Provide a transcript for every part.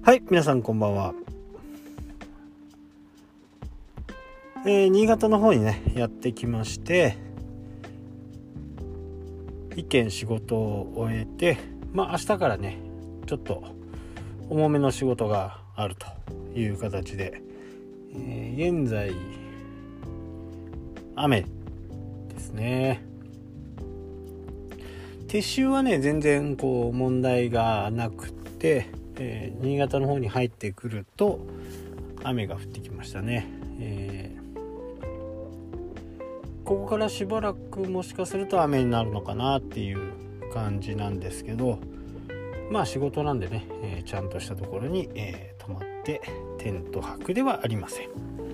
はい、皆さんこんばんは。新潟の方にねやってきまして、一件仕事を終えて、明日からねちょっと重めの仕事があるという形で、現在雨ですね。撤収はね全然問題がなくて、新潟の方に入ってくると雨が降ってきましたね。ここからしばらくもしかすると雨になるのかなっていう感じなんですけど、仕事なんでね、ちゃんとしたところに、泊まってテント泊ではありません。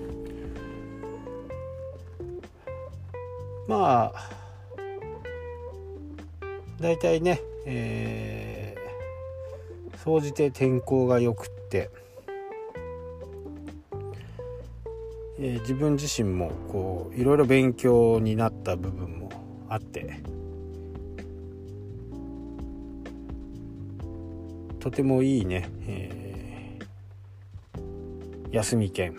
だいたいね、総じて天候が良くって、自分自身もいろいろ勉強になった部分もあって、とてもいいね、休み兼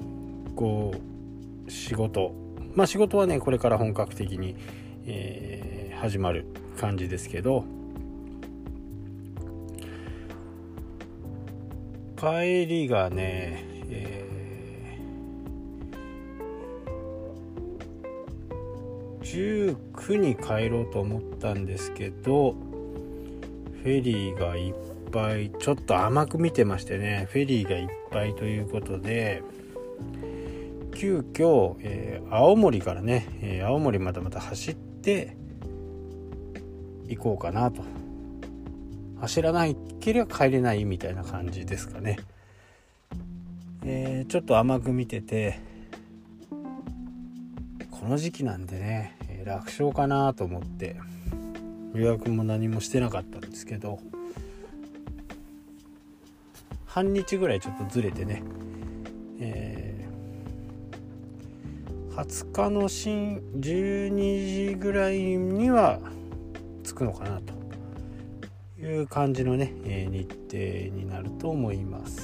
仕事はねこれから本格的に、始まる感じですけど、帰りがね、19に帰ろうと思ったんですけど、フェリーがいっぱい、ちょっと甘く見てましてね、フェリーがいっぱいということで、急遽、青森からね、青森また走って行こうかなと。走らないければ帰れないみたいな感じですかね。ちょっと甘く見てて、この時期なんでね、楽勝かなと思って予約も何もしてなかったんですけど、半日ぐらいちょっとずれてね、20日の12時ぐらいには着くのかなという感じのね、日程になると思います。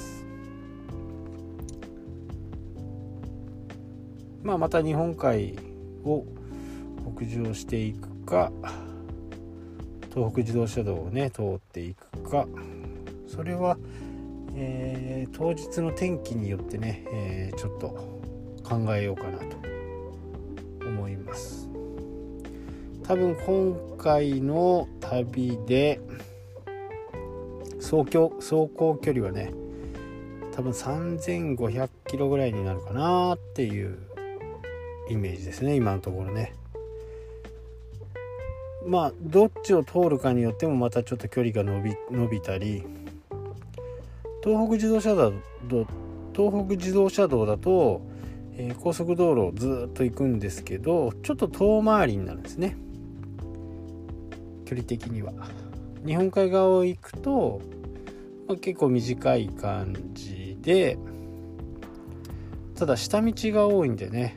また日本海を北上していくか、東北自動車道をね通っていくか、それは、当日の天気によってね、ちょっと考えようかなと思います。多分今回の旅で走行距離はね多分3500キロぐらいになるかなっていうイメージですね、今のところね。どっちを通るかによってもまたちょっと距離が伸びたり、東北自動車道だと、高速道路をずっと行くんですけど、ちょっと遠回りになるんですね、距離的には。日本海側を行くと、結構短い感じで、ただ下道が多いんでね、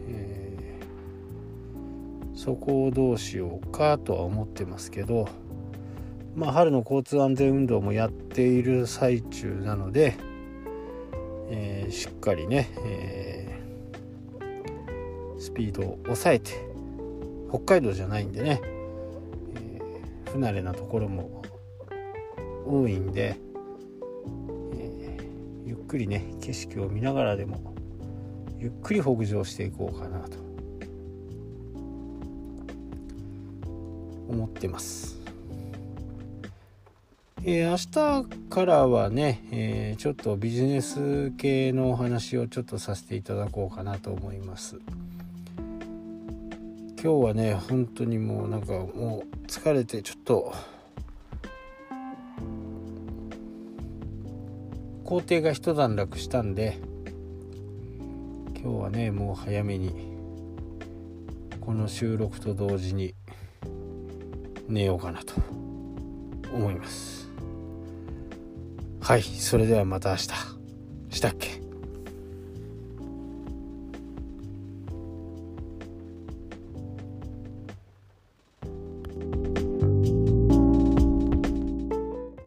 そこをどうしようかとは思ってますけど、春の交通安全運動もやっている最中なので、しっかりね、スピードを抑えて、北海道じゃないんでね、不慣れなところも多いんで、ゆっくりね景色を見ながらでもゆっくり北上していこうかなと思ってます。明日からはね、ちょっとビジネス系のお話をちょっとさせていただこうかなと思います。今日はね本当にもう疲れて、ちょっと工程が一段落したんで、今日はねもう早めにこの収録と同時に寝ようかなと思います。はい、それではまた明日したっけ。